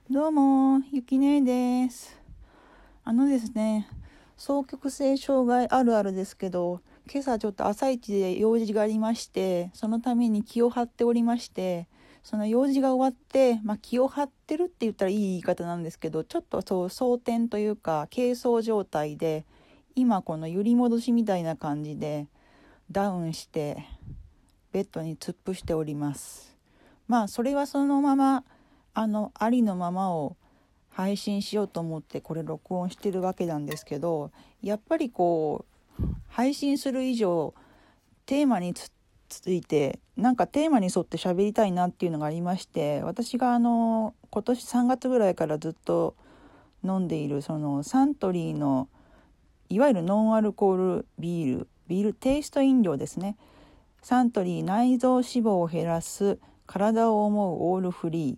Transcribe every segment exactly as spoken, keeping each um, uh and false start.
どうも、ゆきねえです。あのですね、双極性障害あるあるですけど、今朝ちょっと朝一で用事がありまして、そのために気を張っておりまして、その用事が終わって、まあ、気を張ってるって言ったらいい言い方なんですけど、ちょっとそう装填というか軽装状態で、今この揺り戻しみたいな感じでダウンしてベッドに突っ伏しております。まあそれはそのままあのありのままを配信しようと思ってこれ録音してるわけなんですけど、やっぱりこう配信する以上テーマにつついてなんかテーマに沿って喋りたいなっていうのがありまして、私があの今年さんがつぐらいからずっと飲んでいるそのサントリーのいわゆるノンアルコールビールビールテイスト飲料ですね。サントリー内臓脂肪を減らす体を思うオールフリー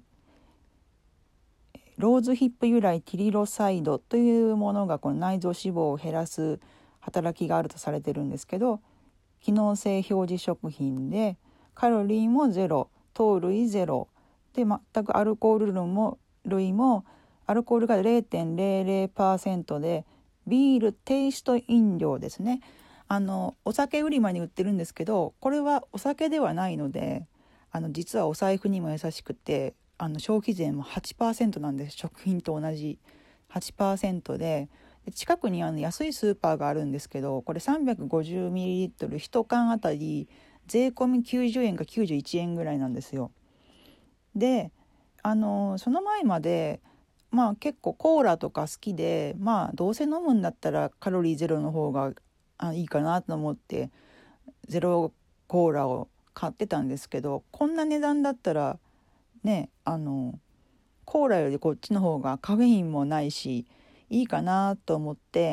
ローズヒップ由来ティリロサイドというものがこの内臓脂肪を減らす働きがあるとされてるんですけど、機能性表示食品でカロリーもゼロ、糖類ゼロで、全くアルコール類も類もアルコールが ゼロてんゼロゼロパーセント でビールテイスト飲料ですね。あのお酒売り場に売ってるんですけど、これはお酒ではないので、あの実はお財布にも優しくて、あの消費税も はちパーセント なんです。食品と同じ はちパーセント で、近くにあの安いスーパーがあるんですけど、これ さんびゃくごじゅうミリリットルいち缶あたり税込みきゅうじゅうえんかきゅうじゅういちえんぐらいなんですよ。であのその前までまあ結構コーラとか好きで、まあどうせ飲むんだったらカロリーゼロの方があいいかなと思ってゼロコーラを買ってたんですけど、こんな値段だったらね、あのコーラよりこっちの方がカフェインもないしいいかなと思って、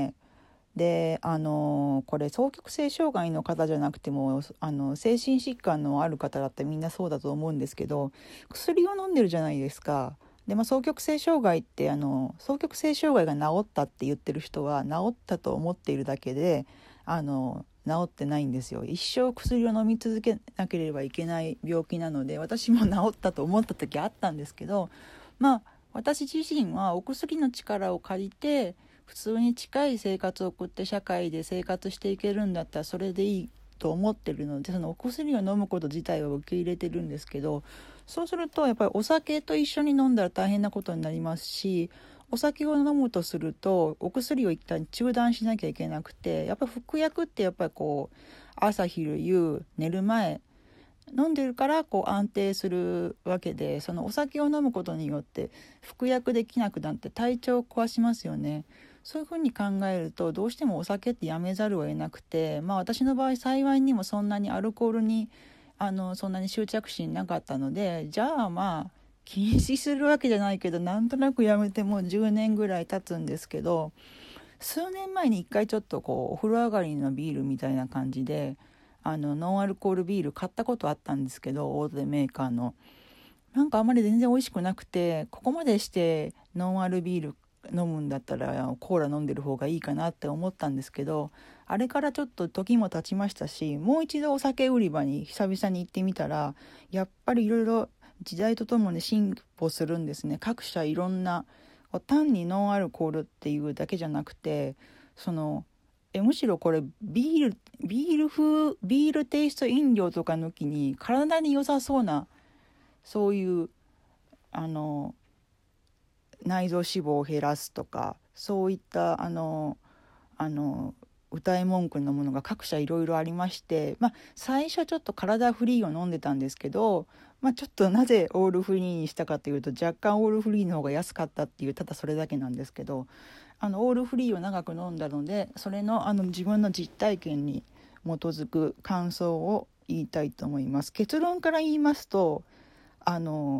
であのこれ双極性障害の方じゃなくてもあの精神疾患のある方だってみんなそうだと思うんですけど、薬を飲んでるじゃないですか。で、まあ、双極性障害ってあの双極性障害が治ったって言ってる人は治ったと思っているだけであの治ってないんですよ。一生薬を飲み続けなければいけない病気なので、私も治ったと思った時あったんですけど、まあ私自身はお薬の力を借りて普通に近い生活を送って社会で生活していけるんだったらそれでいいと思ってるので、そのお薬を飲むこと自体は受け入れてるんですけど、そうするとやっぱりお酒と一緒に飲んだら大変なことになりますし、お酒を飲むとするとお薬を一旦中断しなきゃいけなくて、やっぱり服薬ってやっぱりこう朝昼夕寝る前飲んでるからこう安定するわけで、そのお酒を飲むことによって服薬できなくなって体調を壊しますよね。そういうふうに考えるとどうしてもお酒ってやめざるを得なくて、まあ私の場合幸いにもそんなにアルコールにあのそんなに執着心なかったので、じゃあまあ禁止するわけじゃないけどなんとなくやめてもうじゅうねんぐらい経つんですけど、数年前に一回ちょっとこうお風呂上がりのビールみたいな感じであのノンアルコールビール買ったことあったんですけど、大手メーカーのなんかあんまり全然美味しくなくて、ここまでしてノンアルビール飲むんだったらコーラ飲んでる方がいいかなって思ったんですけど、あれからちょっと時も経ちましたし、もう一度お酒売り場に久々に行ってみたらやっぱりいろいろ時代とともに進歩するんですね。各社いろんな単にノンアルコールっていうだけじゃなくて、そのえむしろこれビールビール風ビールテイスト飲料とか抜きに体に良さそうなそういうあの内臓脂肪を減らすとかそういったあのあの歌い文句のものが各社いろいろありまして、まあ最初ちょっと体フリーを飲んでたんですけど、まあちょっとなぜオールフリーにしたかというと若干オールフリーの方が安かったっていうただそれだけなんですけど、あのオールフリーを長く飲んだのでそれのあの自分の実体験に基づく感想を言いたいと思います。結論から言いますと、あの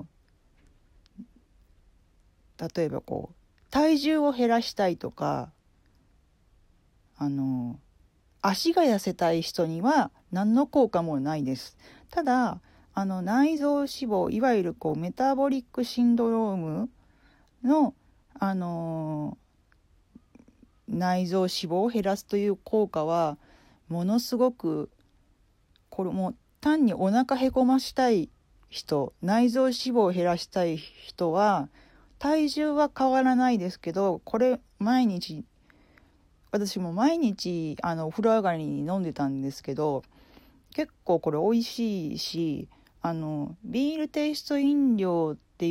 例えばこう体重を減らしたいとかあの足が痩せたい人には何の効果もないです。ただあの内臓脂肪いわゆるこうメタボリックシンドロームの、あの内臓脂肪を減らすという効果はものすごく、これも単にお腹へこましたい人内臓脂肪を減らしたい人は体重は変わらないですけど、これ毎日私も毎日あのお風呂上がりに飲んでたんですけど、結構これ美味しいし、あのビールテイスト飲料っていう、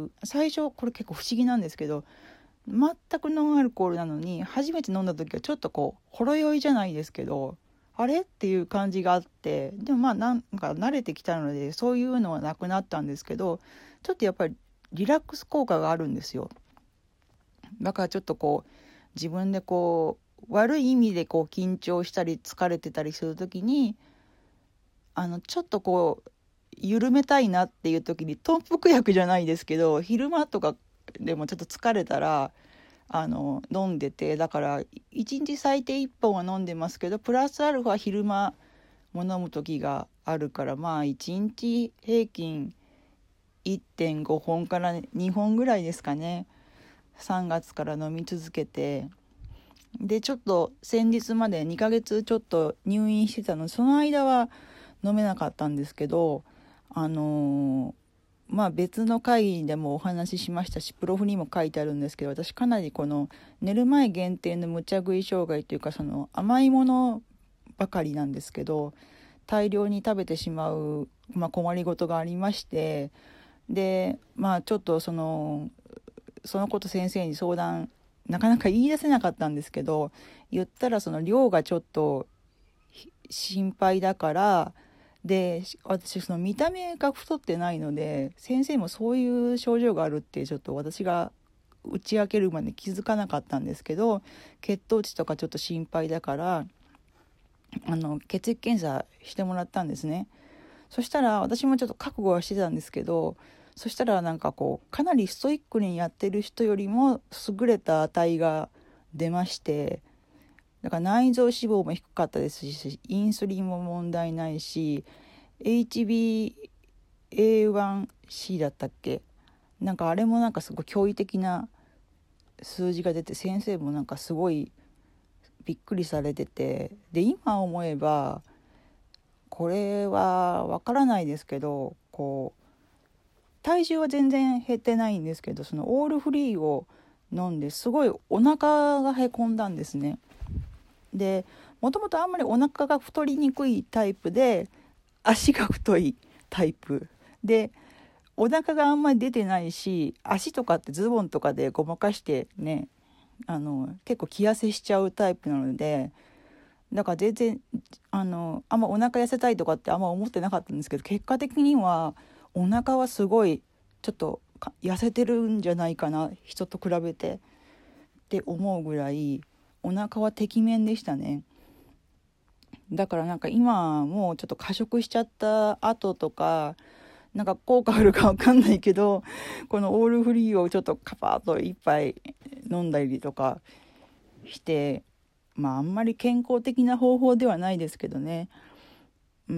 最初これ結構不思議なんですけど、全くノンアルコールなのに初めて飲んだ時はちょっとこうほろ酔いじゃないですけど、あれっていう感じがあって、でもまあなんか慣れてきたのでそういうのはなくなったんですけど、ちょっとやっぱりリラックス効果があるんですよ。だからちょっとこう自分でこう悪い意味でこう緊張したり疲れてたりする時に、あのちょっとこう緩めたいなっていう時に頓服薬じゃないですけど、昼間とかでもちょっと疲れたらあの飲んでて、だからいちにち最低いっぽんは飲んでますけど、プラスアルファ昼間も飲む時があるから、まあいちにち平均 いってんご 本からにほんぐらいですかね、さんがつから飲み続けて、でちょっと先日までにかげつちょっと入院してたので、その間は飲めなかったんですけど、あのー、まあ別の会でもお話ししましたし、プロフにも書いてあるんですけど、私かなりこの寝る前限定の無茶食い障害というか、その甘いものばかりなんですけど大量に食べてしまう、まあ、困りごとがありまして、でまあちょっとそのそのこと先生に相談なかなか言い出せなかったんですけど、言ったらその量がちょっと心配だから、で私その見た目が太ってないので、先生もそういう症状があるってちょっと私が打ち明けるまで気づかなかったんですけど、血糖値とかちょっと心配だからあの血液検査してもらったんですね。そしたら私もちょっと覚悟はしてたんですけど、そしたらなんかこうかなりストイックにやってる人よりも優れた値が出まして、だから内臓脂肪も低かったですし、インスリンも問題ないし、 エイチビーエーワンシー だったっけ、なんかあれもなんかすごい驚異的な数字が出て、先生もなんかすごいびっくりされてて、で今思えばこれはわからないですけど、こう体重は全然減ってないんですけど、そのオールフリーを飲んですごいお腹がへこんだんですね。でもともとあんまりお腹が太りにくいタイプで、足が太いタイプで、お腹があんまり出てないし、足とかってズボンとかでごまかしてね、あの結構気痩せしちゃうタイプなので、だから全然あのあんまお腹痩せたいとかってあんま思ってなかったんですけど、結果的にはお腹はすごいちょっと痩せてるんじゃないかな、人と比べてって思うぐらいお腹はてきめんでしたね。だからなんか今もうちょっと過食しちゃった後とか、なんか効果あるか分かんないけど、このオールフリーをちょっとカパーッと一杯飲んだりとかして、まああんまり健康的な方法ではないですけどね。うん。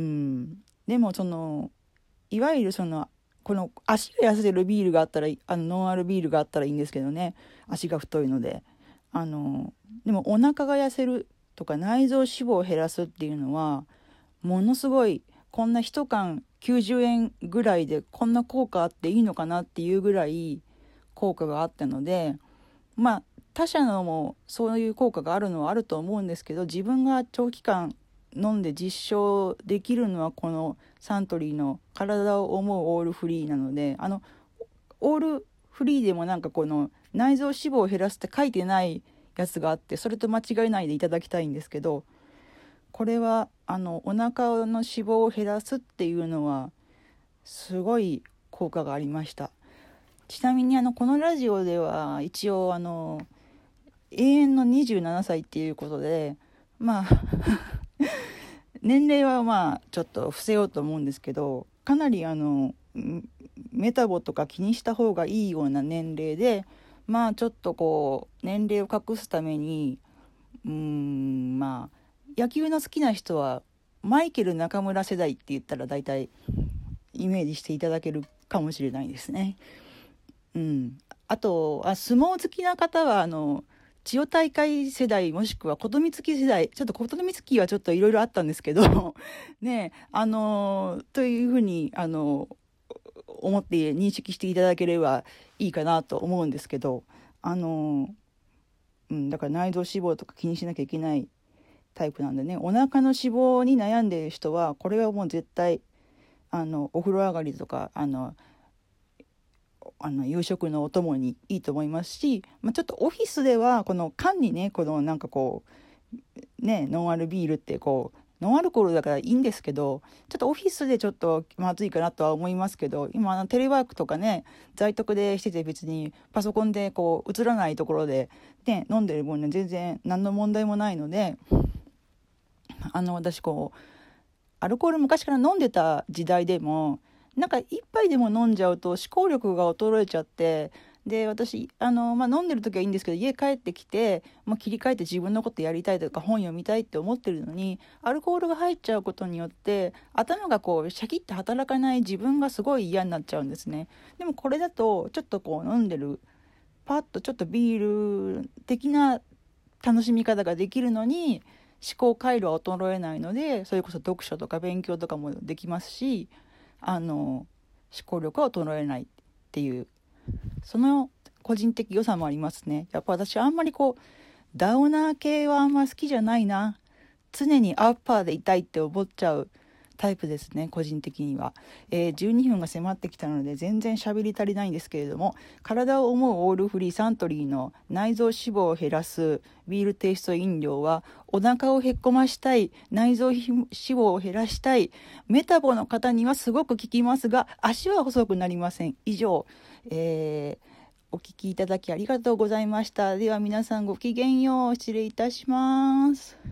でもそのいわゆるそのこの足が痩せてるビールがあったら、あのノンアルビールがあったらいいんですけどね。足が太いので、あのでもお腹が痩せるとか内臓脂肪を減らすっていうのはものすごい、こんな一缶きゅうじゅうえんぐらいでこんな効果あっていいのかなっていうぐらい効果があったので、まあ他社のもそういう効果があるのはあると思うんですけど、自分が長期間飲んで実証できるのはこのサントリーの体を思うオールフリーなので、あのオールフリーでもなんかこの内臓脂肪を減らすって書いてないやつがあって、それと間違えないでいただきたいんですけど、これはあのお腹の脂肪を減らすっていうのはすごい効果がありました。ちなみにあのこのラジオでは一応あの永遠のにじゅうななさいっていうことで、まあ年齢はまあちょっと伏せようと思うんですけど、かなりあのメタボとか気にした方がいいような年齢で、まあちょっとこう年齢を隠すために、うーんまあ野球の好きな人はマイケル中村世代って言ったら大体イメージしていただけるかもしれないですね。うん、あとあ相撲好きな方はあの千代大海世代もしくは琴光世代、ちょっと琴光はちょっといろいろあったんですけどね、あのというふうにあの思って認識していただければいいかなと思うんですけど、あの、うん、だから内臓脂肪とか気にしなきゃいけないタイプなんでね、お腹の脂肪に悩んでいる人はこれはもう絶対あのお風呂上がりとかあのあの夕食のお供にいいと思いますし、まあ、ちょっとオフィスではこの缶にねこのなんかこうねノンアルビールってこうノンアルコールだからいいんですけど、ちょっとオフィスでちょっとまずいかなとは思いますけど、今あのテレワークとかね在宅でしてて別にパソコンでこう映らないところで、ね、飲んでる分ね全然何の問題もないので、あの私こうアルコール昔から飲んでた時代でもなんか一杯でも飲んじゃうと思考力が衰えちゃって、で私あの、まあ、飲んでる時はいいんですけど家帰ってきて、まあ、切り替えて自分のことやりたいとか本読みたいって思ってるのにアルコールが入っちゃうことによって頭がこうシャキッと働かない自分がすごい嫌になっちゃうんですね。でもこれだとちょっとこう飲んでるパッとちょっとビール的な楽しみ方ができるのに思考回路は衰えないので、それこそ読書とか勉強とかもできますし、あの思考力は衰えないっていうその個人的良さもありますね。やっぱ私あんまりこうダウナー系はあんま好きじゃないな。常にアッパーでいたいって思っちゃうタイプですね、個人的には。えー、じゅうにふんが迫ってきたので全然喋り足りないんですけれども、体を思うオールフリーサントリーの内臓脂肪を減らすビールテイスト飲料は、お腹をへっこましたい、内臓脂肪を減らしたいメタボの方にはすごく効きますが足は細くなりません。以上、えーお聞きいただきありがとうございました。では皆さんごきげんよう。失礼いたします。